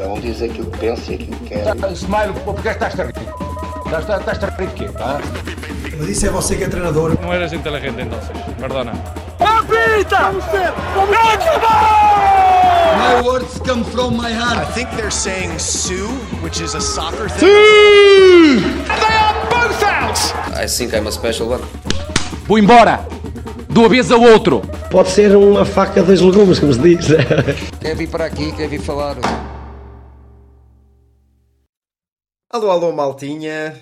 Cada um diz aquilo que pensa e aquilo que quer. Smile, porque estás a rir? Estás a rir de quê? Ah? Mas isso é você que é treinador. No eres inteligente entonces, perdona. ¡Apita! My words come from my heart. I think they're saying Sue, which is a soccer thing. And they are both out! I think I'm a special one. Vou embora! De uma vez ao outro! Pode ser uma faca dos legumes, como se diz. Quer vir para aqui, quer vir falar. Alô, alô, maltinha.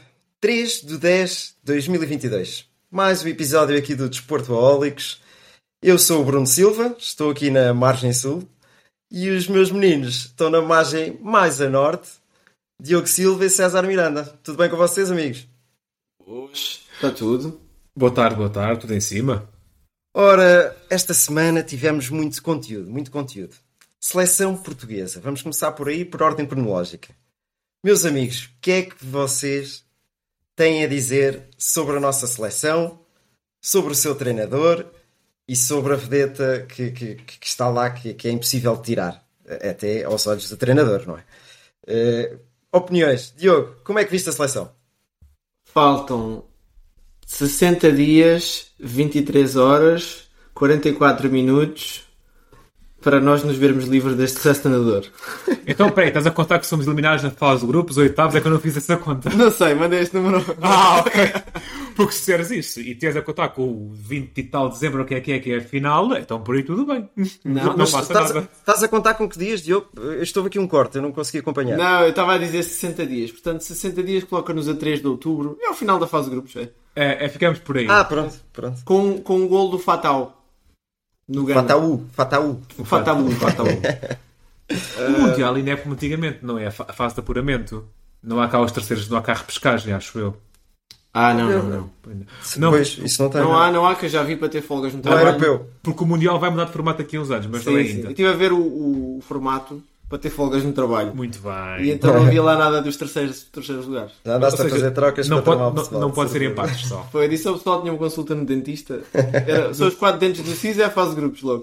3/10/2022. Mais um episódio aqui do Desportohólicos. Eu sou o Bruno Silva, estou aqui na margem sul. E os meus meninos estão na margem mais a norte. Diogo Silva e César Miranda. Tudo bem com vocês, amigos? Hoje está tudo. Boa tarde, tudo em cima. Ora, esta semana tivemos muito conteúdo. Seleção portuguesa. Vamos começar por aí, por ordem cronológica. Meus amigos, o que é que vocês têm a dizer sobre a nossa seleção, sobre o seu treinador e sobre a vedeta que está lá, que é impossível de tirar, até aos olhos do treinador, não é? Opiniões. Diogo, como é que viste a seleção? Faltam 60 dias, 23 horas, 44 minutos para nós nos vermos livres deste selecionador. Então, peraí, estás a contar que somos eliminados na fase de grupos, oitavos, é que eu não fiz essa conta. Não sei, mandei este número. Ok. Porque se fizeres isso e tens a contar com o 20 e tal de dezembro, que é a final, então por aí tudo bem. Não passa nada. Estás a contar com que dias, Diogo? Eu estou aqui um corte, eu não consegui acompanhar. Não, eu estava a dizer 60 dias. Portanto, 60 dias coloca-nos a 3 de outubro. É o final da fase de grupos, é? Ficamos por aí. Pronto. Com um gol do Fatal. No Gana. Fataú. O Mundial ainda é como antigamente, não é? A fase de apuramento. Não há cá os terceiros, não há cá repescagem, acho eu. Não. Pois, isso não tem. Não há, que eu já vi para ter folgas no Não é trabalho. europeu. Porque o Mundial vai mudar de formato daqui a uns anos, mas não é ainda. Eu estive a ver o formato para ter folgas no trabalho. Muito bem. E então não havia lá nada dos terceiros lugares. Já andaste a fazer trocas não para não pode ser empates só. Foi, disse ao pessoal que tinha uma consulta no dentista. São os 4 dentes do CIS, é a fase de grupos logo.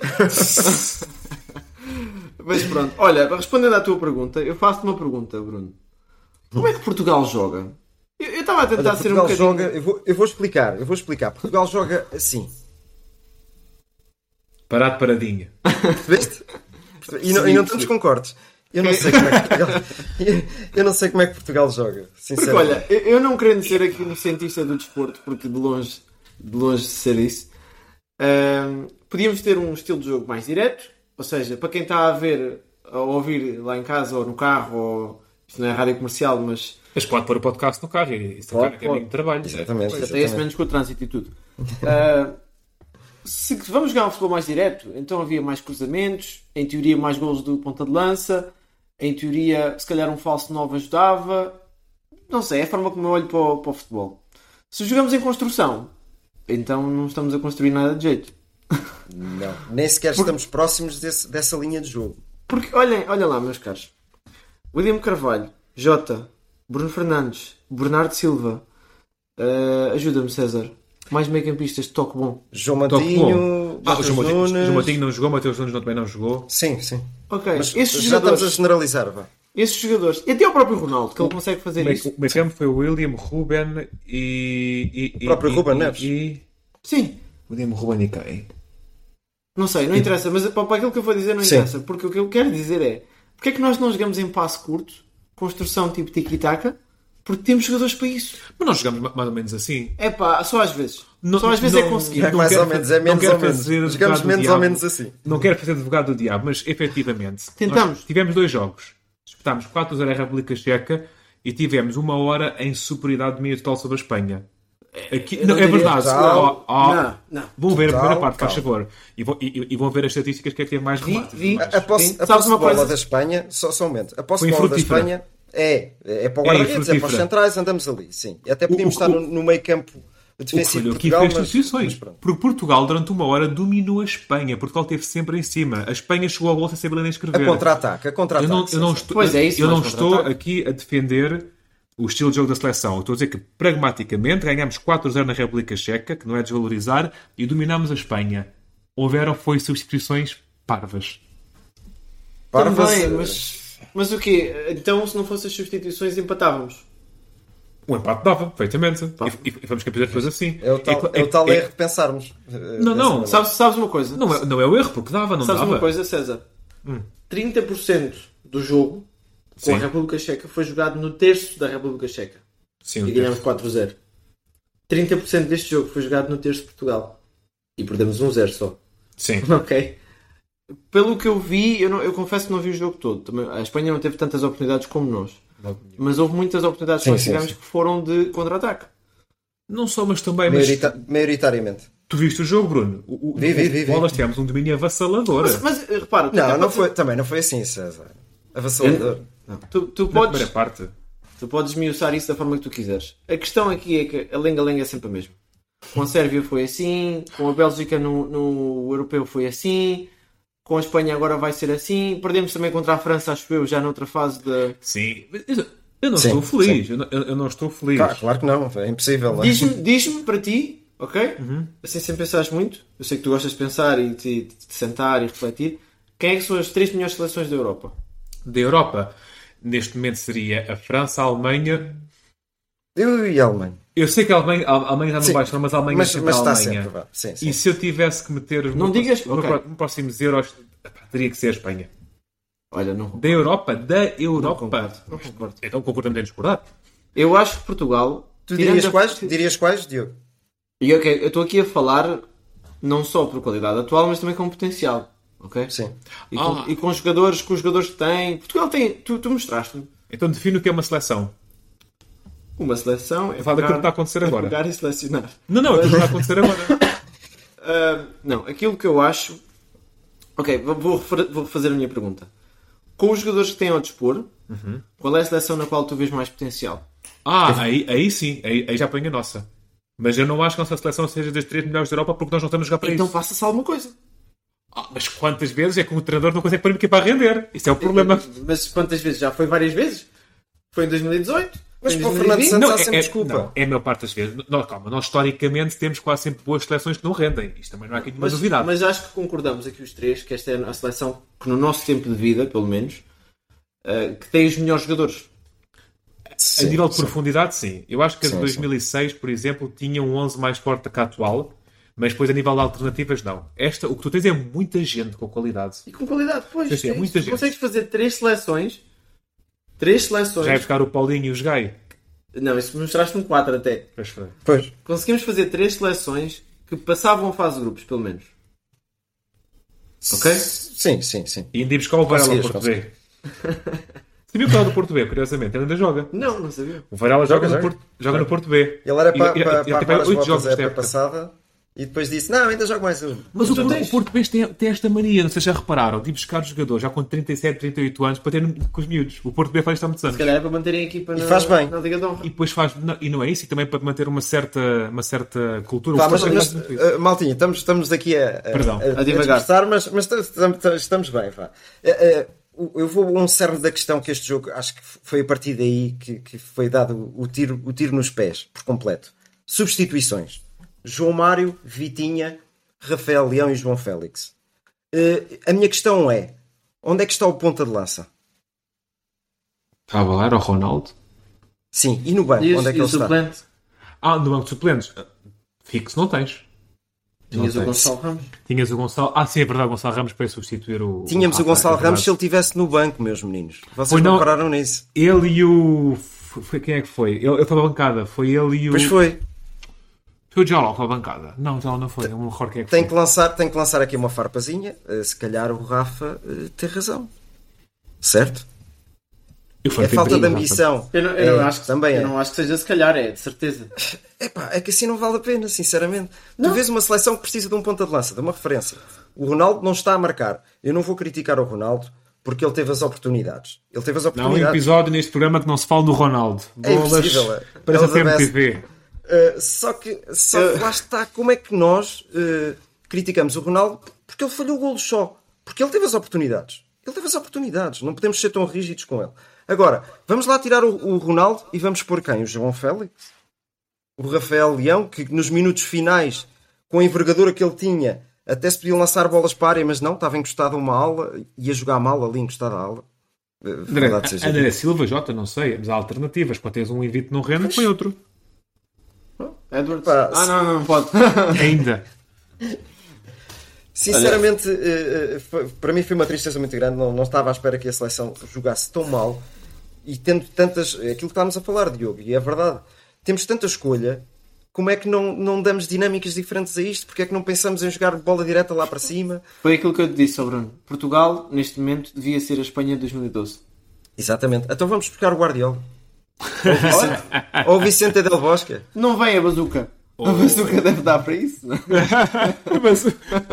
Mas pronto. Olha, respondendo à tua pergunta, eu faço-te uma pergunta, Bruno. Como é que Portugal joga? Eu estava a tentar ser um bocadinho... Joga, eu vou explicar. Portugal joga assim. Paradinho. Viste? E não estamos com cortes. Eu não sei como é que Portugal... eu não sei como é que Portugal joga, sinceramente. Porque olha, eu não querendo ser aqui um cientista do desporto, porque de longe de ser isso, podíamos ter um estilo de jogo mais direto, ou seja, para quem está a ver, a ouvir lá em casa ou no carro, ou isto não é rádio comercial, mas pode pôr o podcast no carro e isso é caminho de trabalho. Exatamente. Até esse menos com o trânsito e tudo. Se vamos jogar um futebol mais direto, então havia mais cruzamentos, em teoria mais golos do ponta de lança, em teoria se calhar um falso 9 ajudava, não sei, é a forma como eu olho para o futebol. Se jogamos em construção, então não estamos a construir nada de jeito. Não, nem sequer estamos próximos dessa linha de jogo. Porque olha lá, meus caros, William Carvalho, Jota, Bruno Fernandes, Bernardo Silva, ajuda-me, César. Mais meio-campistas de toque bom. João Matinho, João Matinho não jogou, Mateus Nunes também não jogou. Sim. Ok, Mas esses já jogadores, estamos a generalizar, vá. esses jogadores, e até o próprio Ronaldo, que ele consegue fazer isso. O meio campo foi o William, Ruben e O próprio Ruben Neves. Sim. William, Ruben e quem? Não sei, não interessa, mas para aquilo que eu vou dizer não Sim. interessa, porque o que eu quero dizer é, porque é que nós não jogamos em passe curto, construção tipo tiki-taka, porque temos jogadores para isso. Mas nós jogamos mais ou menos assim. É pá, só às vezes. Só às vezes é conseguir. É mais ou menos, é menos ou menos. Jogamos menos ou menos assim. Não quero fazer advogado do diabo, mas efetivamente tentamos. Nós tivemos 2 jogos. Disputámos 4-0 a República Checa e tivemos 1 hora em superioridade de meia total sobre a Espanha. Aqui, não, é verdade. Não. Vão ver a primeira parte, faz favor. E vão ver as estatísticas que é que teve mais remates. A posse de bola da Espanha, só um momento. A posse de bola da Espanha é para o guarda-redes, é para os centrais, andamos ali, sim. Até podíamos estar no meio campo defensivo de Portugal, mas porque Portugal durante 1 hora dominou a Espanha. Portugal esteve sempre em cima. A Espanha chegou ao gol sem saber nem escrever. A contra-ataque. Eu não estou aqui a defender o estilo de jogo da seleção. Eu estou a dizer que pragmaticamente ganhámos 4-0 na República Checa, que não é desvalorizar, e dominámos a Espanha. Houveram substituições parvas. Também, mas Mas o quê? Então, se não fossem as substituições, empatávamos. O empate dava, perfeitamente. E fomos campeões depois assim. É o tal erro de pensarmos. Não. Sabes uma coisa? Não é o erro, porque dava, não sabes dava. Uma coisa, César? 30% do jogo com a República Checa foi jogado no terço da República Checa. Sim, e ganhámos 4-0. 30% deste jogo foi jogado no terço de Portugal. E perdemos 1-0 só. Sim. Ok. Pelo que eu vi, eu confesso que não vi o jogo todo. Também, a Espanha não teve tantas oportunidades como nós. Mas houve muitas oportunidades que nós tivemos que foram de contra-ataque. Não só, mas também... Maioritariamente. Tu viste o jogo, Bruno? Vi. Nós tivemos um domínio avassalador. Mas repara... Também não foi assim, César. Avassalador. Tu podes esmiuçar isso da forma que tu quiseres. A questão aqui é que a lenga-lenga é sempre a mesma. Com a Sérvia foi assim, com a Bélgica no Europeu foi assim, com a Espanha agora vai ser assim. Perdemos também contra a França, acho eu, já noutra fase de... Sim, eu não estou feliz. Eu não estou feliz. Claro que não, é impossível. Diz-me para ti, ok? Assim, sem pensares muito, eu sei que tu gostas de pensar e de sentar e refletir. Quem é que são as 3 melhores seleções da Europa? Da Europa, neste momento seria a França, a Alemanha... E a Alemanha? Eu sei que a Alemanha está no baixo, mas a Alemanha sempre a Alemanha. Sim. E se eu tivesse que meter não digas, nos próximos Euros, teria que ser a Espanha. Olha, não. Da Europa? Não concordo. Então concordamos em discordar. Eu acho que Portugal... Tu dirias quais, Diogo? E ok, eu estou aqui a falar não só por qualidade atual, mas também com potencial. Ok? Sim. E com os jogadores que tem. Portugal tem. Tu mostraste-me. Então define o que é uma seleção. Uma seleção é fala daquilo que está a acontecer agora. Pegar e selecionar. Não, aquilo que está a acontecer agora. Não, aquilo que eu acho... Ok, vou fazer a minha pergunta. Com os jogadores que têm ao dispor, qual é a seleção na qual tu vês mais potencial? Aí sim. Aí já põe a nossa. Mas eu não acho que a nossa seleção seja das 3 melhores da Europa porque nós não estamos a jogar para isso. Então passa-se alguma coisa. Mas quantas vezes é que o treinador não consegue pôr a equipa a render? Isso é o problema. Mas quantas vezes? Já foi várias vezes? Foi em 2018? Mas para o Fernando Santos há sempre desculpa. Não, é a maior parte das vezes. Nós historicamente temos quase sempre boas seleções que não rendem. Isto também não é aqui nenhuma novidade. Mas acho que concordamos aqui os três que esta é a seleção que no nosso tempo de vida, pelo menos, que tem os melhores jogadores. A nível de profundidade, sim. Eu acho que a de 2006, por exemplo, tinha um 11 mais forte que a atual. Mas depois a nível de alternativas, não. O que tu tens é muita gente com qualidade. E com qualidade, pois. Sim, é muita gente. Consegues fazer 3 seleções. Já é buscar o Paulinho e o Gai. Não, isso mostraste-me 4 até. Pois. Conseguimos fazer 3 seleções que passavam a fase de grupos, pelo menos. Ok? Sim. E ainda ia buscar o Varela ao Porto B. Sabia que era do Porto B, curiosamente. Ele ainda joga. Não sabia. O Varela joga no Porto B. Ele era para as 8 jogos da época passada. E depois disse, não, ainda jogo mais um. Mas o português tem esta mania, não sei se já repararam, de ir buscar os jogadores já com 37, 38 anos para ter com os miúdos. O Porto B faz isto há muitos anos. Se calhar é para manterem a equipa na Liga de Honra. E depois faz, e não é isso, e também para manter uma certa cultura. Mas Maltinha, estamos aqui a divagar, mas estamos bem. Eu vou a um cerne da questão que este jogo, acho que foi a partir daí que foi dado o tiro nos pés, por completo. Substituições. João Mário, Vitinha, Rafael Leão e João Félix. A minha questão é, onde é que está o ponta de lança? Estava lá, era o Ronaldo? Sim, e no banco, onde é que ele suplente? está? No banco de suplentes. Fixo não tens. Tinhas o Gonçalo Ramos. Tinhas o Gonçalo... sim, é verdade, o Gonçalo Ramos para substituir o... Tínhamos o Gonçalo Ramos se ele estivesse no banco, meus meninos. Vocês não pararam nisso. Ele e o... Quem é que foi? Ele foi na bancada. Foi ele e o... Pois foi. Foi o Jaló para a bancada. Não, Jaló não foi. Não me recordo quem é que tem foi. Tem que lançar aqui uma farpazinha. Se calhar o Rafa tem razão. Certo? É falta de ambição. Eu não acho que seja se calhar, é de certeza. É que assim não vale a pena, sinceramente. Tu vês uma seleção que precisa de um ponta de lança, de uma referência. O Ronaldo não está a marcar. Eu não vou criticar o Ronaldo porque ele teve as oportunidades. Não há um episódio neste programa que não se fala do Ronaldo. É impossível. Parece a CMTV. Só que lá está. Como é que nós criticamos o Ronaldo? Porque ele falhou golos só. Porque ele teve as oportunidades. Não podemos ser tão rígidos com ele. Agora, vamos lá tirar o Ronaldo e vamos pôr quem? O João Félix? O Rafael Leão, que nos minutos finais, com a envergadura que ele tinha, até se podiam lançar bolas para a área, mas não, estava encostado a uma ala, ia jogar mal ali encostado à ala. André Silva, Jota, não sei, mas há alternativas. Quando tens um indivíduo que não rende, põe outro. Edwards. Não pode. Ainda. Sinceramente, para mim foi uma tristeza muito grande. Não estava à espera que a seleção jogasse tão mal e tendo tantas. Aquilo que estávamos a falar, Diogo, e é verdade. Temos tanta escolha. Como é que não damos dinâmicas diferentes a isto? Porque é que não pensamos em jogar bola direta lá para cima? Foi aquilo que eu te disse, Bruno. Portugal, neste momento, devia ser a Espanha de 2012. Exatamente. Então vamos buscar o Guardiola. Ou o Vicente Del Bosque. Não vem a bazuca. A bazuca deve dar para isso, não? Mas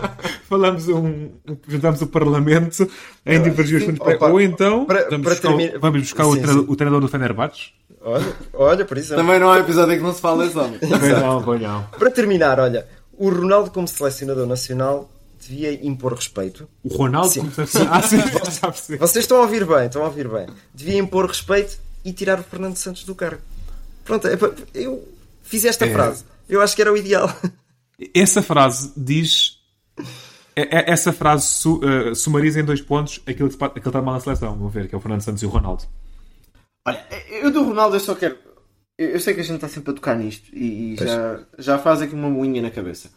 juntamos o Parlamento em divergir os pontos. Ou então vamos buscar o treinador do Fenerbahçe. Olha, por exemplo. Também não há episódio em que não se fala desse homem. Não. Para terminar, olha, o Ronaldo como selecionador nacional devia impor respeito. O Ronaldo? Sim. Vocês estão a ouvir bem. Devia impor respeito e tirar o Fernando Santos do cargo. Pronto, eu fiz esta frase. Eu acho que era o ideal. Essa frase diz... Essa frase sumariza em 2 pontos aquilo que está mal na seleção. Vou ver, que é o Fernando Santos e o Ronaldo. Olha, eu do Ronaldo eu só quero... Eu sei que a gente está sempre a tocar nisto e já faz aqui uma moinha na cabeça.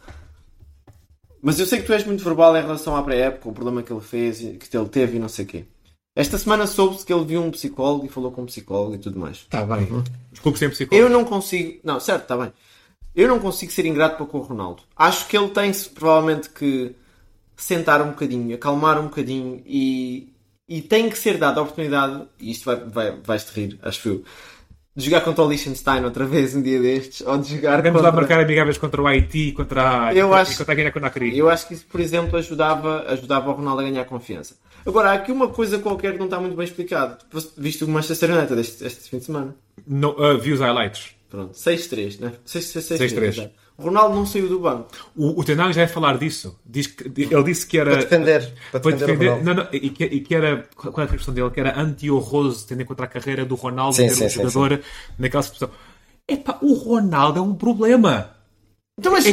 Mas eu sei que tu és muito verbal em relação à pré-época, o problema que ele fez, que ele teve e não sei o quê. Esta semana soube-se que ele viu um psicólogo e falou com um psicólogo e tudo mais. Está bem. Desculpe ser psicólogo. Eu não consigo... Não, certo, está bem. Eu não consigo ser ingrato para com o Ronaldo. Acho que ele tem provavelmente que sentar um bocadinho, acalmar um bocadinho e tem que ser dada a oportunidade, e isto vais-te rir, acho eu, de jogar contra o Liechtenstein outra vez um dia destes, ou de jogar Vamos lá marcar amigáveis contra o Haiti, contra a Guiné-Conakry. Eu acho que isso, por exemplo, ajudava o Ronaldo a ganhar confiança. Agora, há aqui uma coisa qualquer que não está muito bem explicado. Viste o Manchester United este fim de semana? Vi os highlights. Pronto, 6-3, né? 6-3. O Ronaldo não saiu do banco. O Tenag já ia falar disso. Ele disse que era... Para defender o Ronaldo. Não, e que era... Qual é a questão dele? Que era anti-horroroso, tendo em conta a carreira do Ronaldo, ter um jogador naquela situação. Epá, o Ronaldo é um problema. Então, mas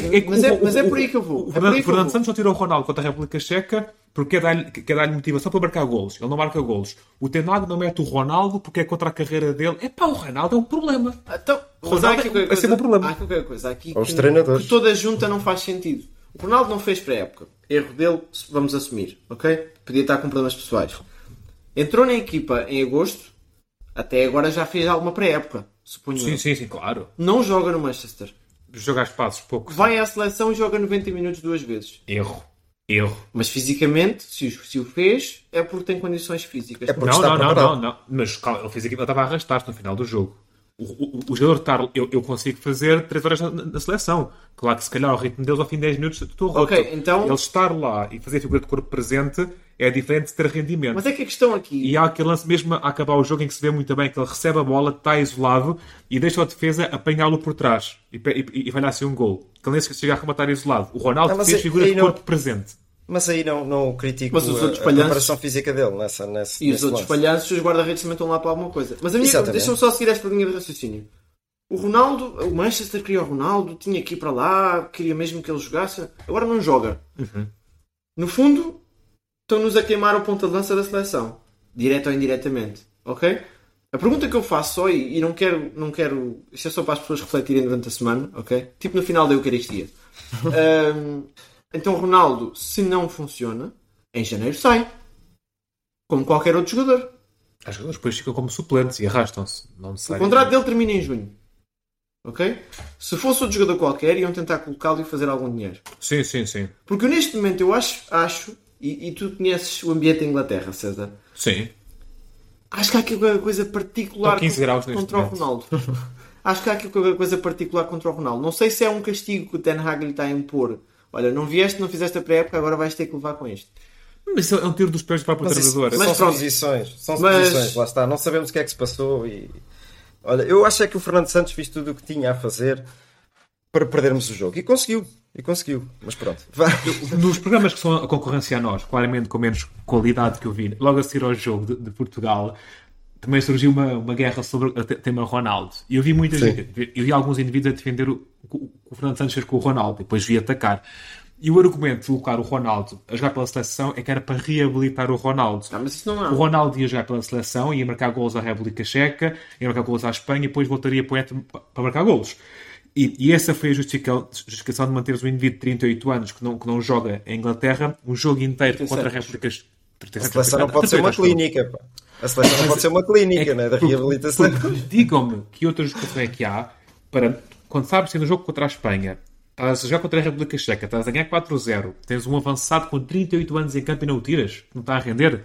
é por aí que eu vou. O Fernando Santos não tirou o Ronaldo contra a República Checa porque quer dar-lhe motivação para marcar golos. Ele não marca golos. O Tenag não mete o Ronaldo porque é contra a carreira dele. Epá, o Ronaldo é um problema. Então, é sempre um problema. Há qualquer coisa aqui que toda junta não faz sentido. O Ronaldo não fez pré-época. Erro dele, vamos assumir, ok? Podia estar com problemas pessoais. Entrou na equipa em agosto. Até agora já fez alguma pré-época, suponho. Sim, claro. Não joga no Manchester. Joga a espaços, pouco. Vai à seleção e joga 90 minutos 2 vezes. Erro. Mas fisicamente, se o fez, é porque tem condições físicas. Não. Mas calma, ele fisicamente estava a arrastar-se no final do jogo. O jogador estar... Eu consigo fazer 3 horas na seleção. Claro que se calhar o ritmo deles ao fim de 10 minutos estou roto. Então... Ele estar lá e fazer a figura de corpo presente é diferente de ter rendimento. Mas é que a questão aqui... E há aquele lance mesmo a acabar o jogo em que se vê muito bem que ele recebe a bola, está isolado e deixa a defesa apanhá-lo por trás e vai lá ser um gol. Que ele nem chega a rematar isolado. O Ronaldo fez figura de corpo presente. Mas aí não critico a preparação física dele nesse E os outros palhaços, os guarda-redes também estão lá para alguma coisa. Mas deixa-me só seguir esta linha de raciocínio. O Ronaldo, o Manchester queria o Ronaldo, tinha que ir para lá, queria mesmo que ele jogasse. Agora não joga. No fundo, estão-nos a queimar o ponta de lança da seleção. Direto ou indiretamente. Ok? A pergunta que eu faço só, e não quero... Isto é só para as pessoas refletirem durante a semana, ok? Tipo no final da Eucaristia. Então Ronaldo, se não funciona, em janeiro sai. Como qualquer outro jogador. Os jogadores depois ficam como suplentes e arrastam-se. O contrato dele termina em junho. Ok? Se fosse outro jogador qualquer, iam tentar colocá-lo e fazer algum dinheiro. Sim. Porque neste momento eu acho e tu conheces o ambiente da Inglaterra, César. Sim. Acho que há aqui qualquer coisa particular 15 graus contra o Ronaldo. Acho que há aqui qualquer coisa particular contra o Ronaldo. Não sei se é um castigo que o Ten Hag lhe está a impor. Olha, não fizeste a pré-época, agora vais ter que levar com isto. Mas isso é um tiro dos pés para o treinador. São suposições, lá está. Não sabemos o que é que se passou e... Olha, eu acho que o Fernando Santos fez tudo o que tinha a fazer para perdermos o jogo. E conseguiu. Mas pronto. Nos programas que são a concorrência a nós, claramente com menos qualidade que eu vi, logo a seguir ao jogo de Portugal, também surgiu uma guerra sobre o tema Ronaldo. E eu vi muita gente, eu vi alguns indivíduos a defender o Fernando Santos fez com o Ronaldo, e depois vi atacar. E o argumento de colocar o Ronaldo a jogar pela seleção é que era para reabilitar o Ronaldo. Mas isso não é. O Ronaldo ia jogar pela seleção, ia marcar golos à República Checa, ia marcar golos à Espanha e depois voltaria para o Inter para marcar golos. E essa foi a justificação de manteres um indivíduo de 38 anos que não joga em Inglaterra um jogo inteiro contra a República Checa. A seleção não pode ser uma clínica, pá. A seleção não pode ser uma clínica, né, da reabilitação. Digam-me que outra justificação é que há para, quando sabes que tens um jogo contra a Espanha, estás a jogar contra a República Checa, estás a ganhar 4-0, tens um avançado com 38 anos em campo e não o tiras, não está a render,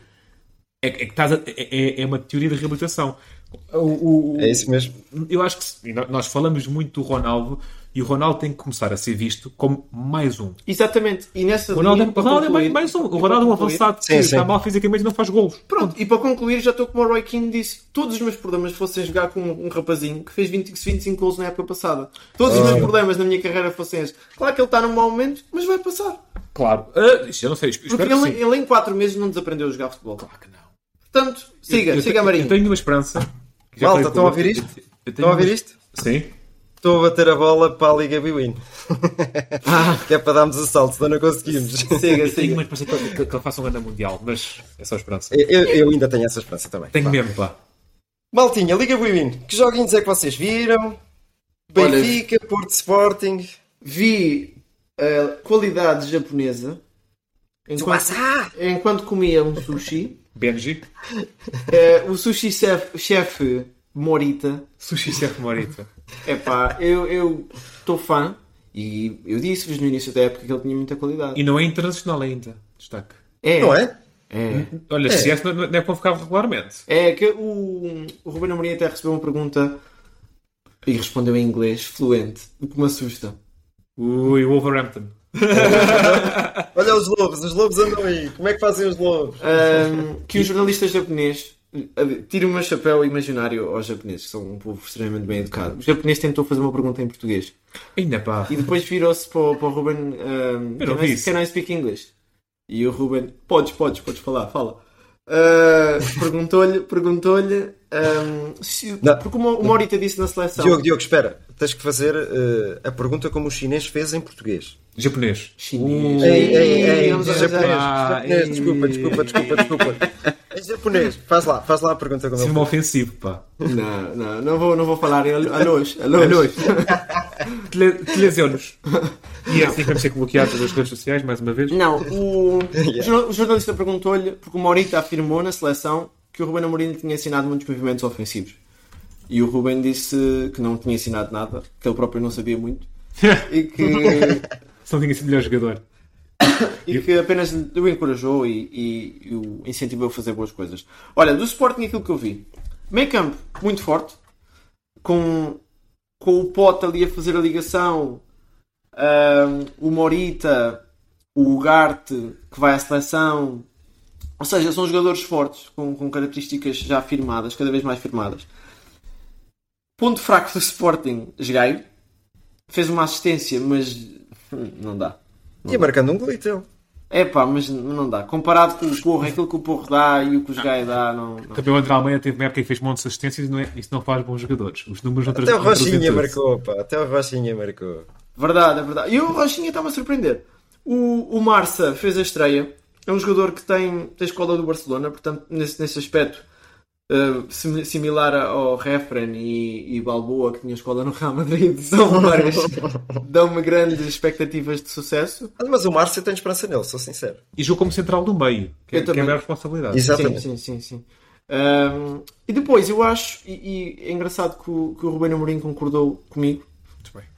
é uma teoria de reabilitação. É isso mesmo. Eu acho que nós falamos muito do Ronaldo e o Ronaldo tem que começar a ser visto como mais um. Exatamente. E nessa o Ronaldo é mais um. O Ronaldo é um avançado que está mal fisicamente e não faz golos. Pronto, e para concluir, já estou como o Roy Keane disse: todos os meus problemas fossem jogar com um rapazinho que fez 25 golos na época passada. Todos os meus problemas na minha carreira fossem esses. Claro que ele está num mau momento, mas vai passar. Claro. Isso eu não sei. Porque ele em 4 meses não desaprendeu a jogar futebol. Claro que não. Portanto, siga Marinho. Eu tenho uma esperança. Malta, estão a ouvir isto? Estão a ouvir isto? Sim. Estou a bater a bola para a Liga Bwin. Que é para darmos assalto, senão não conseguimos. Siga. Tenho uma esperança que ele faça um grande mundial, mas é só esperança. Eu ainda tenho essa esperança também. Tenho mesmo, pá. Maltinha, Liga Bwin, que joguinhos é que vocês viram? Benfica, Porto Sporting. Vi qualidade japonesa enquanto comia um sushi. Benji. O sushi chef Morita. Sushi chef Morita. Epá, eu estou fã e eu disse-vos no início da época que ele tinha muita qualidade. E não é internacional ainda, destaque. Não é? Olha, se não é convocado regularmente. É que o Ruben Amorim até recebeu uma pergunta e respondeu em inglês fluente, o que me assusta. Ui, Wolverhampton. Olha os lobos andam aí. Como é que fazem os lobos? Que os jornalistas japoneses tirem o meu chapéu imaginário aos japoneses, que são um povo extremamente bem educado. O japonês tentou fazer uma pergunta em português. Ainda pá. E depois virou-se para o Ruben. Can I speak English? E o Ruben, podes falar, fala. Perguntou-lhe porque o Morita disse na seleção. Diogo, espera, tens que fazer a pergunta como o chinês fez em português. Japonês. Chinês. Japonês. Desculpa. Em japonês. Faz lá a pergunta como ele fez. Ofensivo, pá. Não vou falar em alôs. Telesionos. E assim vamos ser bloqueados das redes sociais, mais uma vez. Não, o jornalista perguntou-lhe, porque o Morita afirmou na seleção que o Ruben Amorim tinha ensinado muitos movimentos ofensivos. E o Ruben disse que não tinha ensinado nada, que ele próprio não sabia muito. E que... Só tinha sido melhor jogador. E que apenas o encorajou e o incentivou a fazer boas coisas. Olha, do Sporting aquilo que eu vi. Meio campo muito forte. Com o Pote ali a fazer a ligação. O Morita. O Ugarte que vai à seleção. Ou seja, são jogadores fortes. Com características já firmadas. Cada vez mais firmadas. Ponto fraco do Sporting. Gaio. Fez uma assistência, mas não dá. E marcando um golito ele. Mas não dá. Comparado com o Porro, aquilo que o Porro dá e o que os Gaio dá, não. Também o André Almeida teve uma época que fez montes de assistências e isso não faz bons jogadores. Os números não Até o Rochinha marcou, pá. Até o Rochinha marcou. Verdade. E o Rochinha estava a surpreender. O Marça fez a estreia. É um jogador que tem escola do Barcelona, portanto, nesse aspecto, similar ao Refren e Balboa, que tinha escola no Real Madrid, dão-me grandes expectativas de sucesso. Mas o Márcio tem esperança nele, sou sincero. E jogou como central do meio, que é a maior responsabilidade. Exatamente. Sim. E depois eu acho, e é engraçado que o Ruben Amorim concordou comigo. Muito bem.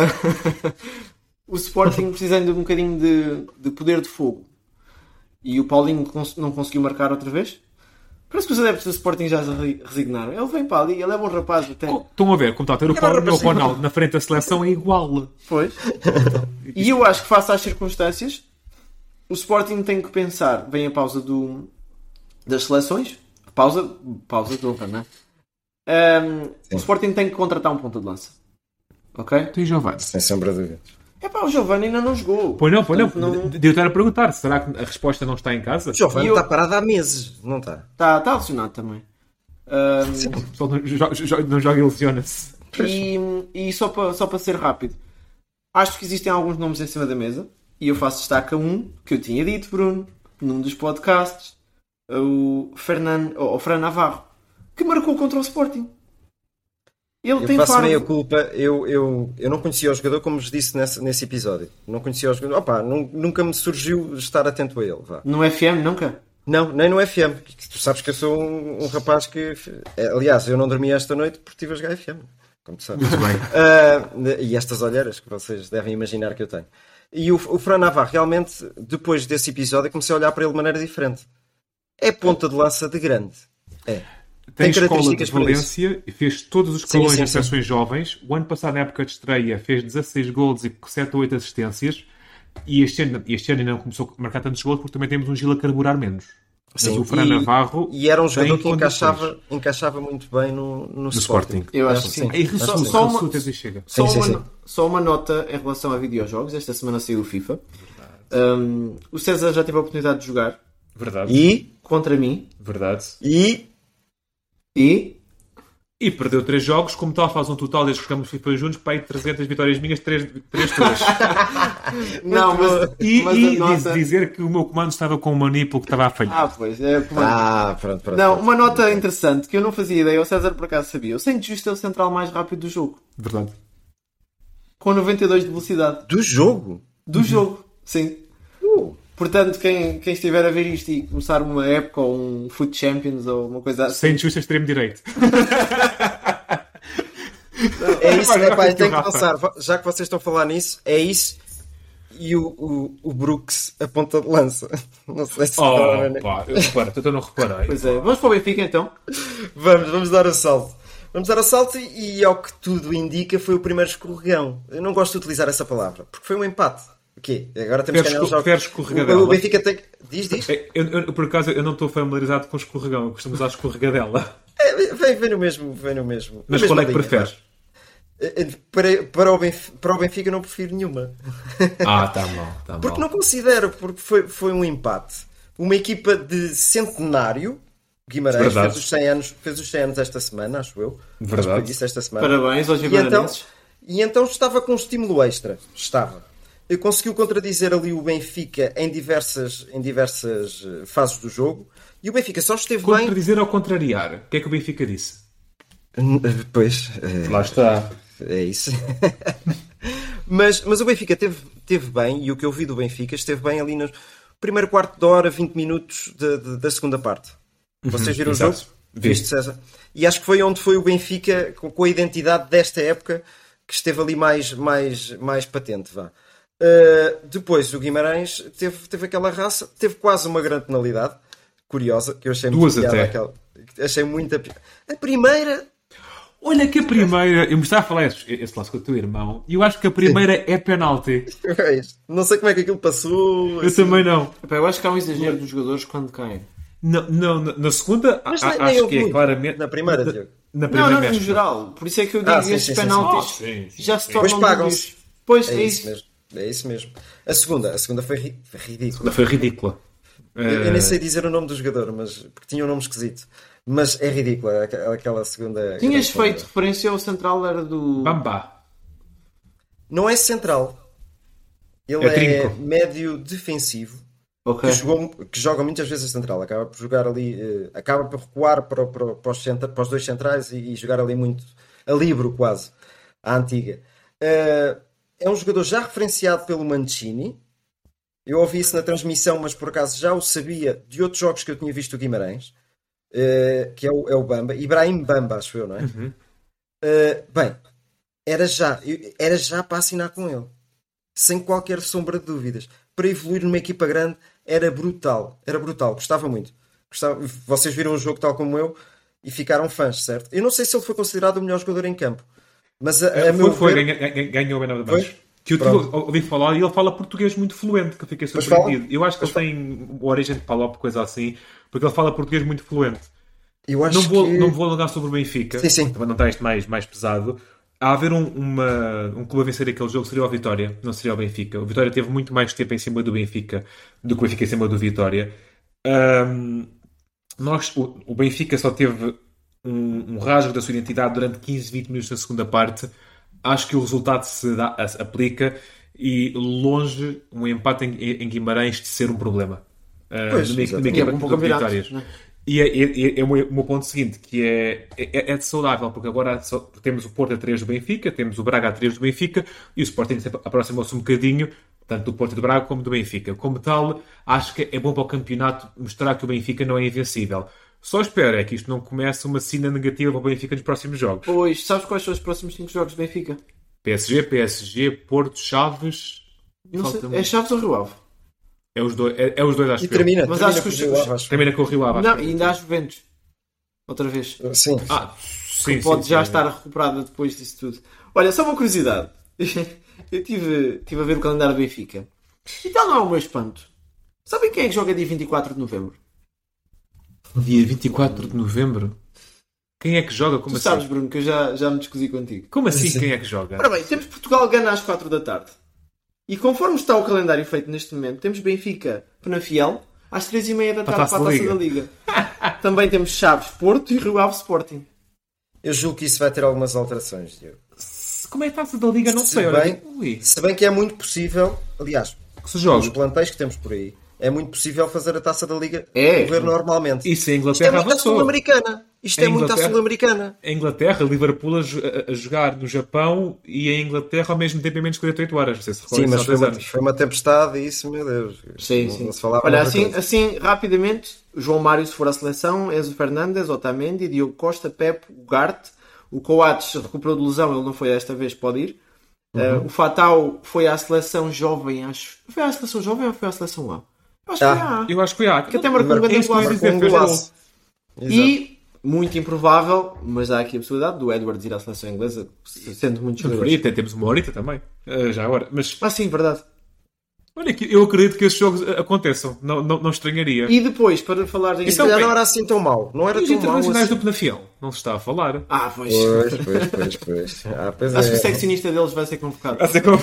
O Sporting precisando de um bocadinho de poder de fogo, e o Paulinho não conseguiu marcar outra vez. Parece que os adeptos do Sporting já se resignaram. Ele vem para ali, ele é bom rapaz até. Estão a ver, como está a ter o Ronaldo na frente da seleção é igual. Pois. E eu acho que face às circunstâncias, o Sporting tem que pensar, vem a pausa das seleções, pausa de honra, não é? O Sporting tem que contratar um ponta de lança. Ok? Tu e Giovanni. Sem sombra de dúvida. O Giovanni ainda não jogou. Pois não. Devo estar a perguntar, será que a resposta não está em casa? O Giovanni está parado há meses, não está? Está lesionado também. Só não joga e lesiona-se. E só para ser rápido, acho que existem alguns nomes em cima da mesa. E eu faço destaque a um que eu tinha dito, Bruno, num dos podcasts, o Fran Navarro, que marcou contra o Sporting. Ele tem faço meia culpa. Eu não conhecia o jogador, como vos disse nesse episódio. Não conhecia o jogador. Nunca me surgiu estar atento a ele. Vá. No FM, nunca? Não, nem no FM. Tu sabes que eu sou um rapaz que... Aliás, eu não dormi esta noite porque estive a jogar FM. Como tu sabes. Muito bem. E estas olheiras que vocês devem imaginar que eu tenho. E o Fran Navarro, realmente, depois desse episódio, comecei a olhar para ele de maneira diferente. É ponta de lança de grande. Tem escola de Valência e fez todos os escalões das seleções jovens. O ano passado, na época de estreia, fez 16 golos e 7 ou 8 assistências. E este ano ainda não começou a marcar tantos golos porque também temos um Gil a carburar menos. Mas o Fran Navarro... E era um jogador que encaixava muito bem no Sporting. Eu acho que sim. Só uma nota em relação a videojogos. Esta semana saiu o FIFA. O César já teve a oportunidade de jogar. Verdade. E? Contra mim. Verdade. E perdeu 3 jogos, como tal faz um total desde que jogamos FIFA juntos, para aí 300 vitórias minhas, 3 tuas. Não, mas dizer que o meu comando estava com o manípulo que estava a falhar. Pois. Pronto. Não, uma nota interessante que eu não fazia ideia, o César por acaso sabia. O Saint Just é o central mais rápido do jogo. Verdade. Com 92 de velocidade. Do jogo? Do jogo, sim. Portanto, quem estiver a ver isto e começar uma época ou um Foot Champions ou uma coisa assim... Sem justo extremo direito. É isso, tem que passar. Já que vocês estão a falar nisso, é isso e o Brooks a ponta de lança. Não sei se eu não reparei. Pois é, vamos para o Benfica então? Vamos dar assalto. Vamos dar assalto e ao que tudo indica foi o primeiro escorregão. Eu não gosto de utilizar essa palavra, porque foi um empate. O quê? Agora temos que ganhar o jogo. O Benfica tem que... Diz. Por acaso, eu não estou familiarizado com o escorregão. Eu costumo usar a escorregadela. Vem no mesmo. Mas qual é que preferes? Para o Benfica não prefiro nenhuma. Tá mal. Porque não considero, porque foi um empate. Uma equipa de centenário, Guimarães, fez os 100 anos esta semana, acho eu. Verdade. Acho que foi esta semana. Parabéns aos guimarãeses. E então estava com um estímulo extra. Conseguiu contradizer ali o Benfica em diversas fases do jogo. E o Benfica só esteve bem... Contradizer ou contrariar? O que é que o Benfica disse? Pois... Lá está. É isso. mas o Benfica teve bem, e o que eu vi do Benfica esteve bem ali no primeiro quarto de hora, 20 minutos da segunda parte. Vocês viram o jogo? Viste, César? E acho que foi onde foi o Benfica, com a identidade desta época, que esteve ali mais patente, vá. Depois o Guimarães teve aquela raça, teve quase uma grande penalidade curiosa, que eu achei muito piada. Achei muito a primeira. Olha que a primeira, eu me estava a falar esse lance com o teu irmão, e eu acho que a primeira é penalti. Não sei como é que aquilo passou. Eu também não. Eu acho que há um exagero dos jogadores quando caem. Não, na segunda acho que é claramente. Na primeira, Diogo. Não, no geral. Por isso é que eu digo que estes penaltis já se tornam pagam-se. Pois é isso mesmo. É isso mesmo. A segunda foi ridícula. A segunda foi ridícula. Eu nem sei dizer o nome do jogador, porque tinha um nome esquisito. Mas é ridícula aquela segunda. Tinhas feito referência ao central, era do Bamba. Não é central. Ele é médio defensivo. Okay. Que joga muitas vezes a central. Acaba por jogar ali, acaba por recuar para os dois centrais e jogar ali muito a livro, quase à antiga. É um jogador já referenciado pelo Mancini. Eu ouvi isso na transmissão, mas por acaso já o sabia de outros jogos que eu tinha visto o Guimarães, que é o Bamba, Ibrahim Bamba, acho eu, não é? Uhum. Bem, era já para assinar com ele, sem qualquer sombra de dúvidas. Para evoluir numa equipa grande era brutal, gostava muito. Vocês viram o jogo tal como eu e ficaram fãs, certo? Eu não sei se ele foi considerado o melhor jogador em campo, mas ganhou bem na baixo. Que eu ouvi falar e ele fala português muito fluente, que eu fiquei surpreendido. Eu acho que ele tem origem de Palop, coisa assim, porque ele fala português muito fluente. Eu acho não vou alongar sobre o Benfica, para não estar isto mais pesado. A haver um clube a vencer aquele jogo seria o Vitória, não seria o Benfica. O Vitória teve muito mais tempo em cima do Benfica do que o Benfica em cima do Vitória. O Benfica só teve um rasgo da sua identidade durante 15, 20 minutos na segunda parte. Acho que o resultado se aplica e longe um empate em Guimarães de ser um problema. Pois, de uma equipa com vitórias. E é o meu ponto seguinte, que é de saudável, porque agora temos o Porto a 3 do Benfica, temos o Braga a 3 do Benfica, e o Sporting aproximou-se um bocadinho, tanto do Porto e do Braga como do Benfica. Como tal, acho que é bom para o campeonato mostrar que o Benfica não é invencível. Só espero é que isto não comece uma sina negativa para o Benfica nos próximos jogos. Pois, sabes quais são os próximos 5 jogos do Benfica? PSG, Porto, Chaves... Não sei, é Chaves ou Rio Ave? É os dois, acho E que termina, Mas termina acho que com o Rio Ave, acho. termina com o Rio Ave. Não, e ainda há Juventus. Outra vez. Sim. Sim, Pode já sim. estar recuperada depois disso tudo. Olha, só uma curiosidade. Eu tive a ver o calendário do Benfica. E tal não é o meu espanto. Sabem quem é que joga dia 24 de novembro? Dia 24 de novembro? Quem é que joga? Como Tu assim? sabes, Bruno, que eu já me descosi contigo. Como assim quem é que joga? Ora bem, temos Portugal-Gana às 4 da tarde. E conforme está o calendário feito neste momento, temos Benfica-Penafiel às 3h30 da tarde para a Taça da Liga. Também temos Chaves-Porto e Rio Ave Sporting. Eu julgo que isso vai ter algumas alterações, Diego. Como é a Taça da Liga? Não sei. Se bem que é muito possível, aliás, que se joga. os plantéis que temos por aí, é muito possível fazer a Taça da Liga correr normalmente. Isso em Isto é Inglaterra muito a avançou. Sul-Americana. Isto é muito a Sul-Americana. Em Inglaterra, Liverpool a jogar no Japão e em Inglaterra ao mesmo tempo em menos de 48 horas. Não sei se Sim, mas foi uma tempestade e isso, meu Deus. Sim. Não se falava. Olha, assim, rapidamente, João Mário se for à seleção, Enzo Fernandes, Otamendi, Diogo Costa, Pepe, Ugarte, o Coates recuperou de lesão, ele não foi desta vez, pode ir. O Fatal foi à seleção jovem, acho. Foi à seleção jovem ou foi à seleção A? Eu acho que foi A. Que até marcou um grande golaço. E, muito improvável, mas há aqui a possibilidade do Edwards ir à seleção inglesa, sendo muito jogadores. Temos uma horita também, já agora. Mas, sim, verdade. Olha, eu acredito que esses jogos aconteçam, não estranharia. E depois, para falar de... Isso não era assim tão mau. Não era os tão mau internacionais assim. do Penafiel, não se está a falar. Pois. Pois. Acho que o seccionista deles vai ser convocado.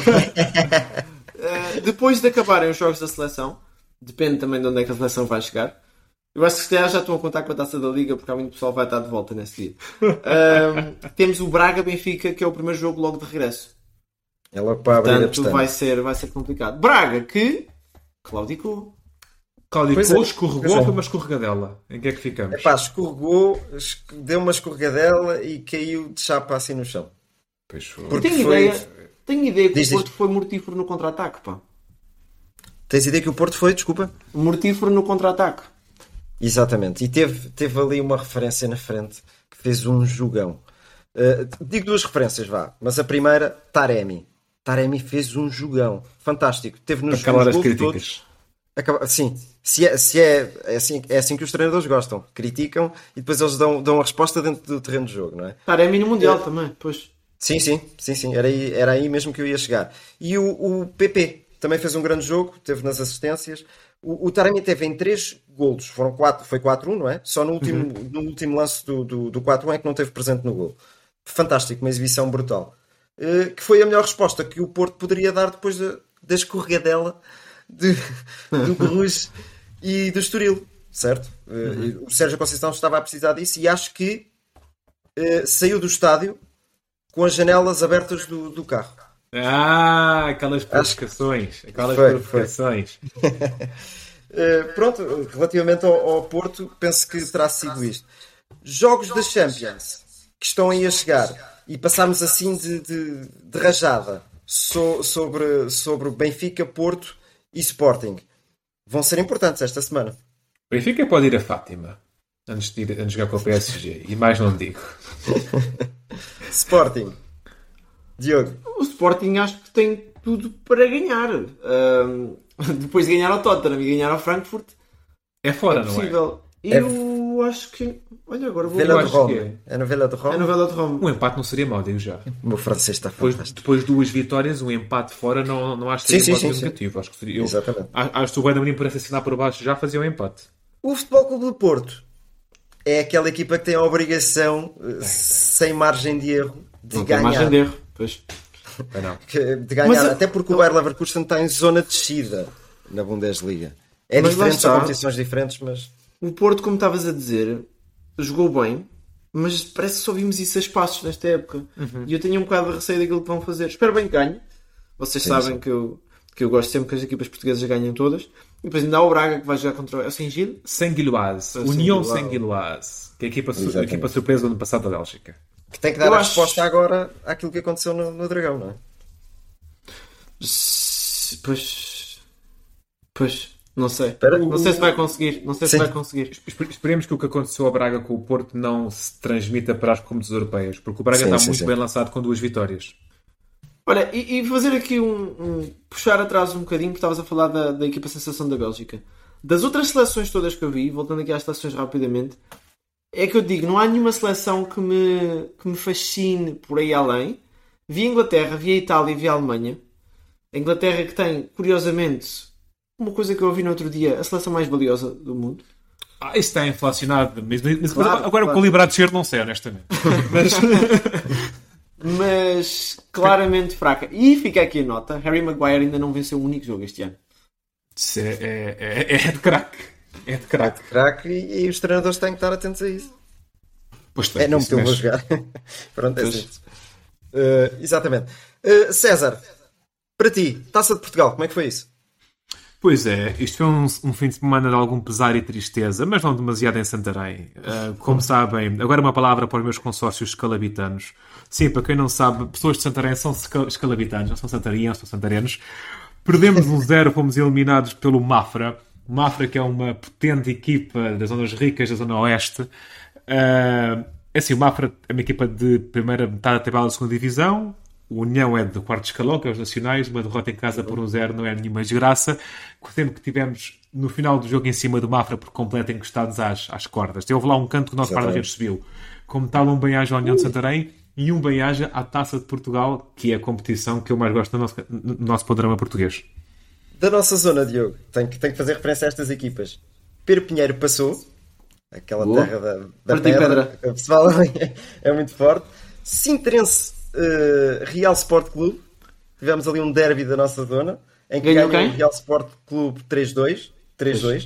Depois de acabarem os jogos da seleção, depende também de onde é que a seleção vai chegar. Eu acho que se calhar já estão a contar com a Taça da Liga, porque há muito pessoal vai estar de volta nesse dia. Temos o Braga-Benfica, que é o primeiro jogo logo de regresso. Ela para abrir a Portanto, vai ser complicado. Braga, que claudicou, escorregou ou foi uma escorregadela? Em que é que ficamos? Escorregou, deu uma escorregadela e caiu de chapa assim no chão. Tenho ideia que o Porto foi mortífero no contra-ataque, pá. Tens ideia que o Porto foi, desculpa? Mortífero no contra-ataque. Exatamente. E teve ali uma referência na frente que fez um jogão. Digo duas referências, vá. Mas a primeira, Taremi. Taremi fez um jogão. Fantástico. Teve nos gols críticas. Sim. É assim que os treinadores gostam. Criticam e depois eles dão a resposta dentro do terreno de jogo, não é? Taremi no Mundial também, pois. Sim. Era aí mesmo que eu ia chegar. E o PP também fez um grande jogo. Teve nas assistências. O Taremi teve em 3 golos. Foi 4-1, não é? Só no último lance do 4-1 é que não teve presente no golo. Fantástico. Uma exibição brutal. Que foi a melhor resposta que o Porto poderia dar depois da escorregadela do Cruz e do Estoril, certo? O Sérgio Conceição estava a precisar disso e acho que saiu do estádio com as janelas abertas do carro. Aquelas provocações. Pronto, relativamente ao Porto, penso que terá sido isto. Jogos da Champions que estão aí a chegar e passámos assim de rajada sobre Benfica, Porto e Sporting. Vão ser importantes esta semana. Benfica pode ir a Fátima antes de jogar com o PSG. E mais não digo. Sporting. Diogo. O Sporting acho que tem tudo para ganhar. Depois de ganhar ao Tottenham e ganhar ao Frankfurt. É fora, não é? Eu acho que... Olha, agora vou... Vila de Rome. É no Vila de Rome? Um empate não seria mau, digo já. O meu francês está fantástico. Depois de 2 vitórias, um empate fora não acho que seria um negativo. Acho que seria... Exatamente. Acho que o Bayern para assinar por baixo já fazia um empate. O Futebol Clube do Porto é aquela equipa que tem a obrigação, sem margem de erro, de ganhar. Margem de erro, pois. De ganhar, até porque o Bayer Leverkusen está em zona de descida na Bundesliga. É diferente, são competições diferentes, mas... O Porto, como estavas a dizer, jogou bem, mas parece que só vimos isso a espaços nesta época. E eu tenho um bocado de receio daquilo que vão fazer. Espero bem que ganhe, Vocês sabem que eu gosto sempre que as equipas portuguesas ganhem todas. E depois ainda há o Braga que vai jogar contra o Saint-Gilles. Saint-Gilloise. União Saint-Gilloise. Que é a equipa surpresa do ano passado da Bélgica. Que tem que dar a resposta agora àquilo que aconteceu no Dragão, não é? Pois, não sei. Não sei se vai conseguir. Esperemos que o que aconteceu ao Braga com o Porto não se transmita para as competições europeias, porque o Braga está muito bem lançado com 2 vitórias. Olha, e fazer aqui puxar atrás um bocadinho, porque estavas a falar da equipa sensação da Bélgica. Das outras seleções todas que eu vi, voltando aqui às seleções rapidamente, é que eu digo, não há nenhuma seleção que me fascine por aí além. Vi a Inglaterra, vi a Itália e vi a Alemanha. A Inglaterra que tem, curiosamente, uma coisa que eu ouvi no outro dia, a seleção mais valiosa do mundo. Isso está inflacionado. Mas agora o equilibrado de ser não sei, honestamente. Mas claramente fraca. E fica aqui a nota, Harry Maguire ainda não venceu um único jogo este ano. É de craque. É de craque. E os treinadores têm que estar atentos a isso. Pois não meteu-o a jogar. Pronto, é assim. Exatamente. César, para ti, Taça de Portugal, como é que foi isso? Pois é, isto foi um fim de semana de algum pesar e tristeza, mas não demasiado em Santarém. Como sabem, agora uma palavra para os meus consórcios escalabitanos. Sim, para quem não sabe, pessoas de Santarém são escalabitanos, não são santarianos, são santarenos. Perdemos 1-0, fomos eliminados pelo Mafra. O Mafra, que é uma potente equipa das zonas ricas da Zona Oeste. O Mafra é uma equipa de primeira metade da tabela da segunda divisão. O União é do quarto escalão, que é os nacionais. Uma derrota em casa por 1-0 não é nenhuma desgraça. Sempre que tivemos no final do jogo em cima do Mafra por completo encostados às cordas. Houve lá um canto que o nosso guarda-redes subiu. Como tal, um bem-aja à União de Santarém e um bem-aja à Taça de Portugal, que é a competição que eu mais gosto no nosso panorama português. Da nossa zona, Diogo, tenho que fazer referência a estas equipas. Pedro Pinheiro passou, aquela terra da pedra. O pessoal é muito forte. Sintrense Real Sport Clube. Tivemos ali um derby da nossa zona, em que ganhou o Real Sport Clube 3-2.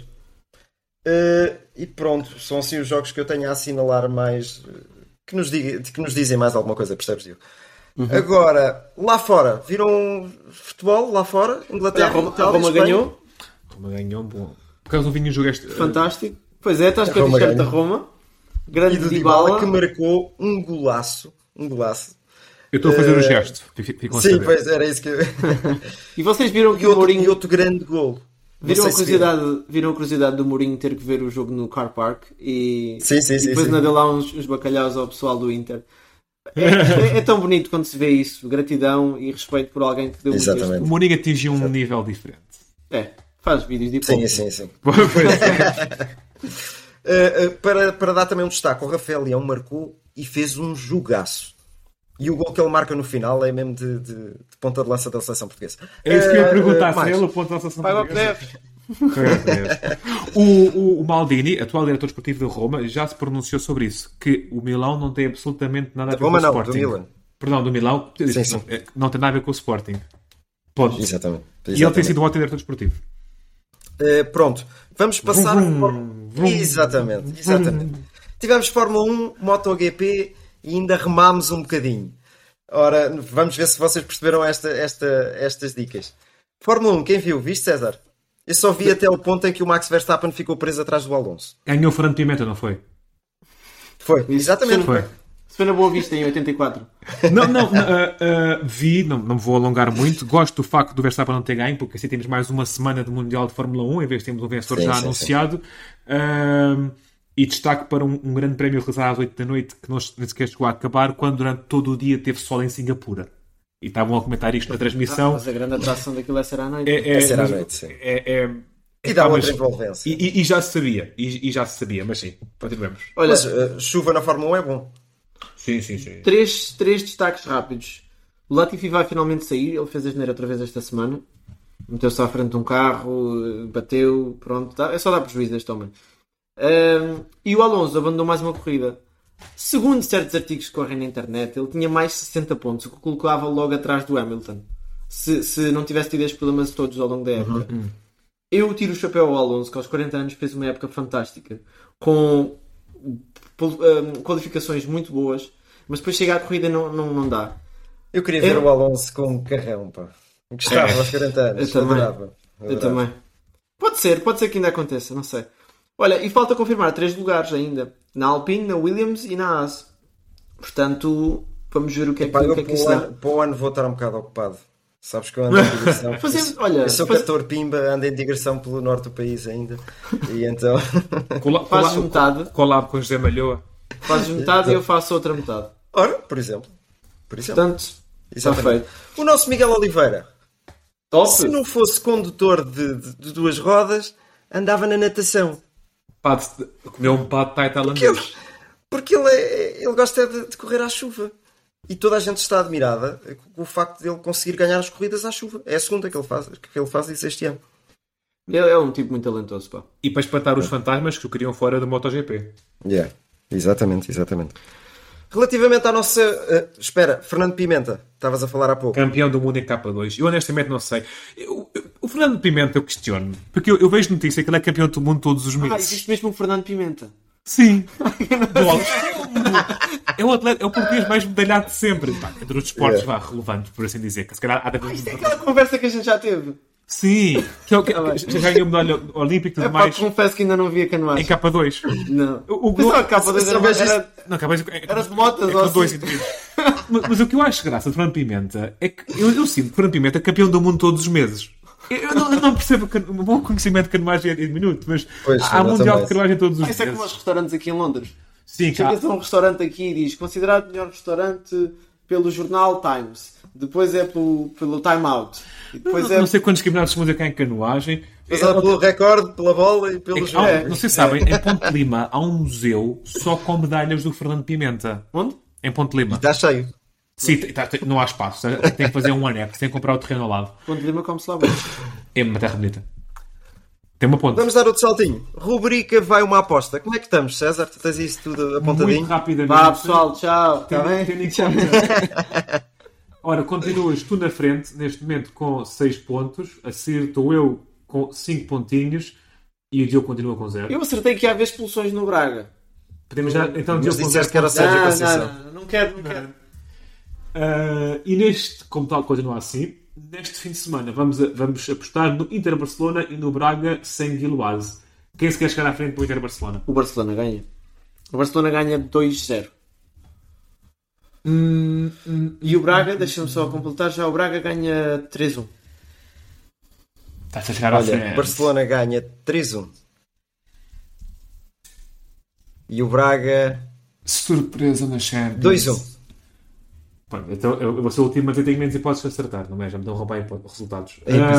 E pronto, são assim os jogos que eu tenho a assinalar mais, que nos dizem mais alguma coisa, percebes, Diogo? Agora, lá fora, viram futebol lá fora? Inglaterra, a Roma ganhou. Roma ganhou, bom. Por causa do vinho jogo fantástico. Pois é, estás com a t-shirt da Roma. Grande e do Dybala que marcou um golaço. Eu estou a fazer o gesto. Sim, pois era isso que eu... E vocês viram que o Mourinho... E outro grande gol. Viram a curiosidade do Mourinho ter que ver o jogo no Car Park e depois ainda deu lá uns bacalhaus ao pessoal do Inter. É tão bonito quando se vê isso. Gratidão e respeito por alguém que deu muito isto. O Mourinho atingiu um nível diferente. Faz vídeos de hip-hop. Sim. Para dar também um destaque, o Rafael Leão marcou e fez um jogaço. E o gol que ele marca no final é mesmo de ponta de lança da seleção portuguesa. É isso que eu ia perguntar, se ele o ponta de lança da seleção portuguesa. O Maldini, atual diretor esportivo de Roma, já se pronunciou sobre isso, que o Milão não tem absolutamente nada a ver com o Sporting. Do Milan. Perdão, do Milão. Sim. Não tem nada a ver com o Sporting. Ponto. Exatamente. E ele tem sido um ótimo diretor esportivo. Pronto, vamos passar... Exatamente. Tivemos Fórmula 1, MotoGP e ainda remámos um bocadinho. Ora, vamos ver se vocês perceberam estas dicas. Fórmula 1, quem viu? Viste, César? Eu só vi até o ponto em que o Max Verstappen ficou preso atrás do Alonso. Ganhou o Fernando Pimenta, não foi? Foi, exatamente. Foi na Boa Vista em 84. Vi, não me vou alongar muito. Gosto do facto do Verstappen não ter ganho, porque assim temos mais uma semana de Mundial de Fórmula 1, em vez de termos um vencedor anunciado. E destaque para um grande prémio realizado às 8 da noite, que não sequer chegou a acabar, quando durante todo o dia teve sol em Singapura. E estavam a comentar isto na transmissão. Mas a grande atração daquilo é ser à noite. Ser à noite, sim. E dá outra envolvência. E já se sabia. E já se sabia, mas sim, continuamos. Olha, mas chuva na Fórmula 1 é bom. Sim. Três destaques rápidos. O Latifi vai finalmente sair. Ele fez a geneira outra vez esta semana. Meteu-se à frente de um carro, bateu, pronto. É só dar prejuízo este homem. E o Alonso abandonou mais uma corrida. Segundo certos artigos que correm na internet, ele tinha mais de 60 pontos, o que colocava logo atrás do Hamilton, se não tivesse tido estes problemas todos ao longo da época. Eu tiro o chapéu ao Alonso, que aos 40 anos fez uma época fantástica, com qualificações muito boas, mas depois chega à corrida não dá. Eu queria ver o Alonso com um carrão, pá. Gostava aos 40 anos. Eu também. Pode ser que ainda aconteça, não sei. Olha, e falta confirmar 3 lugares ainda. Na Alpine, na Williams e na Haas. Portanto, vamos ver o que é que isso dá. Para o ano vou estar um bocado ocupado. Sabes que eu ando em digressão. Eu sou cantor Pimba, ando em digressão pelo norte do país ainda. E então... Fazes metade. Collab com José Malhoa. Fazes metade e eu faço outra metade. Ora, por exemplo. Portanto, está feito. O nosso Miguel Oliveira. Top. Se não fosse condutor de 2 rodas, andava na natação. Comeu um pad thai tailandês. Porque ele gosta de correr à chuva. E toda a gente está admirada com o facto de ele conseguir ganhar as corridas à chuva. É a segunda que ele faz isso este ano. Ele é um tipo muito talentoso, pá. E para espantar os fantasmas que o queriam fora do MotoGP. Exatamente. Relativamente à nossa... Fernando Pimenta. Estavas a falar há pouco. Campeão do mundo em K2. Eu honestamente não sei. O Fernando Pimenta eu questiono. Porque eu vejo notícia que ele é campeão do mundo todos os meses. Existe mesmo um Fernando Pimenta? Sim. É o português mais medalhado de sempre. Entre os esportes relevantes, por assim dizer. Que se calhar isto é aquela conversa que a gente já teve. Sim. Já ganhou medalha olímpica e tudo mais. Confesso que ainda não vi a canoagem. Em K2. Não. Pensava que K2 era de motas ou assim. Mas o que eu acho graça de Fernando Pimenta é que eu sinto que Fernando Pimenta é campeão do mundo todos os meses. Eu não percebo que o bom conhecimento de canoagem é diminuto, mas há mundial de canoagem todos os meses. Isso é como os restaurantes aqui em Londres. Sim, chega-se a um restaurante aqui e diz considerado o melhor restaurante pelo jornal Times. Depois é pelo Time Out. E depois não sei quantos campeonatos de mundo cá em canoagem. Pelo recorde, pela bola e pelos... Não sei se sabem, em Ponte Lima há um museu só com medalhas do Fernando Pimenta. Onde? Em Ponte Lima. E está cheio. Sim, não há espaço. Tem que fazer um anexo, tem que comprar o terreno ao lado. Ponte Lima come-se lá bem. É uma terra bonita. Tem uma ponte. Vamos dar outro saltinho. Rubrica Vai Uma Aposta. Como é que estamos, César? Tu tens isso tudo apontadinho? Muito rapidamente. Vá, pessoal, tchau. Está bem? Ora, continuas tu na frente, neste momento com 6 pontos. A seguir estou eu com 5 pontinhos e o Diogo continua com 0. Eu acertei que ia haver expulsões no Braga. Podemos já... Então, Diogo com 0. Que era Sérgio Conceição. Não quero. E neste, como tal, continua assim. Neste fim de semana vamos apostar no Inter Barcelona e no Braga sem Guiloase. Quem se quer chegar à frente para o Inter Barcelona? O Barcelona ganha. O Barcelona ganha 2-0. E o Braga, deixa-me só completar, já o Braga ganha 3-1. Estás a chegar à frente. O Barcelona ganha 3-1. E o Braga... Surpresa na Champions. 2-1. Então eu vou ser o último, mas eu tenho menos hipóteses de acertar, não é? Já me dão roubar resultados.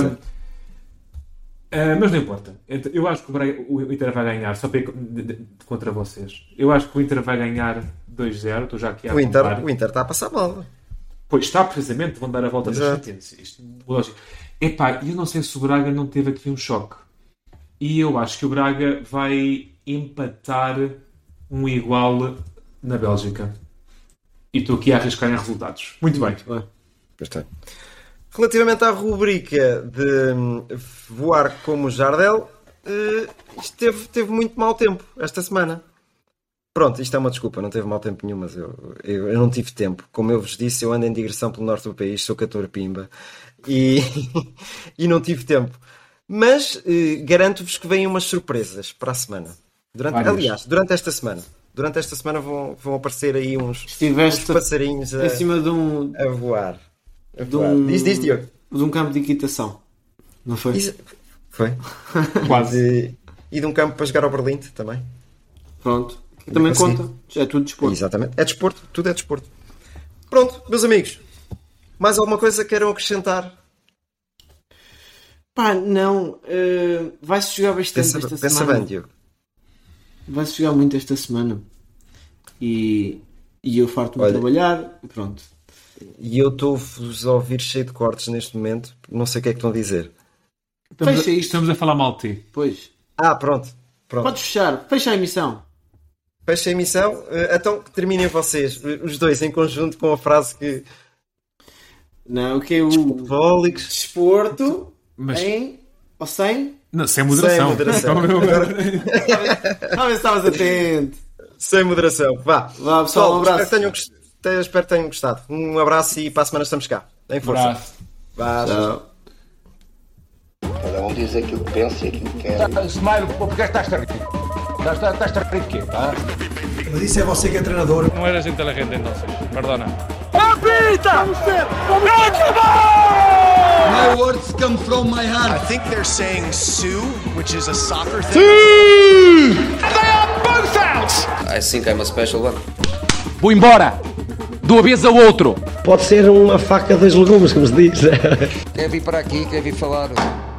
Mas não importa. Eu acho que o Inter vai ganhar, só para ir contra vocês. Eu acho que o Inter vai ganhar 2-0. Estou já aqui a apontar. O Inter está a passar mal. Pois está, precisamente. Vão dar a volta da Champions. Epá, eu não sei se o Braga não teve aqui um choque. E eu acho que o Braga vai empatar um igual na Bélgica. E estou aqui a arriscar em resultados. Muito bem. Relativamente à rubrica de voar como Jardel, isto teve muito mau tempo esta semana. Pronto, isto é uma desculpa, não teve mau tempo nenhum, mas eu não tive tempo. Como eu vos disse, eu ando em digressão pelo norte do país, sou cantor Pimba e não tive tempo. Mas garanto-vos que vêm umas surpresas para a semana. Durante esta semana. Durante esta semana vão aparecer aí uns passarinhos em cima de a voar. Diz, Diogo. De um campo de equitação. Não foi? Foi. Quase. E de um campo para jogar ao Berlim também. Pronto. Também conta. É tudo desporto. Exatamente. É desporto. Tudo é desporto. Pronto, meus amigos. Mais alguma coisa queiram acrescentar? Pá, não. Vai-se jogar bastante esta semana. Pensa bem, Diogo. Vai-se jogar muito esta semana. E eu farto-me de trabalhar. E pronto. E eu estou-vos a ouvir cheio de cortes neste momento. Não sei o que é que estão a dizer. Fecha isto. Estamos a falar mal de ti. Pois. Pronto. Podes fechar. Fecha a emissão. Fecha a emissão. Então terminem vocês, os dois, em conjunto com a frase que... Não, o que é o... Desporto mas... em... Ou sem... Não, sem moderação. Talvez estavas atento. Sem moderação. Vá pessoal, um abraço. Espero que tenham gostado. Um abraço e para a semana estamos cá. Em força. Vá, Cada um diz aquilo que pensa e aquilo que quer. Smile, porque estás-te a rir? Estás-te a rir de quê? Tá? Mas isso é você que é treinador. No eres inteligente entonces, perdona. My words come from my I heart. think they're saying Sue, which is a soccer thing. They are both out! I think I'm a special one. Vou embora! De uma vez ao outro! Pode ser uma faca dos legumes, como se diz. Quer vir para aqui, quer vir falar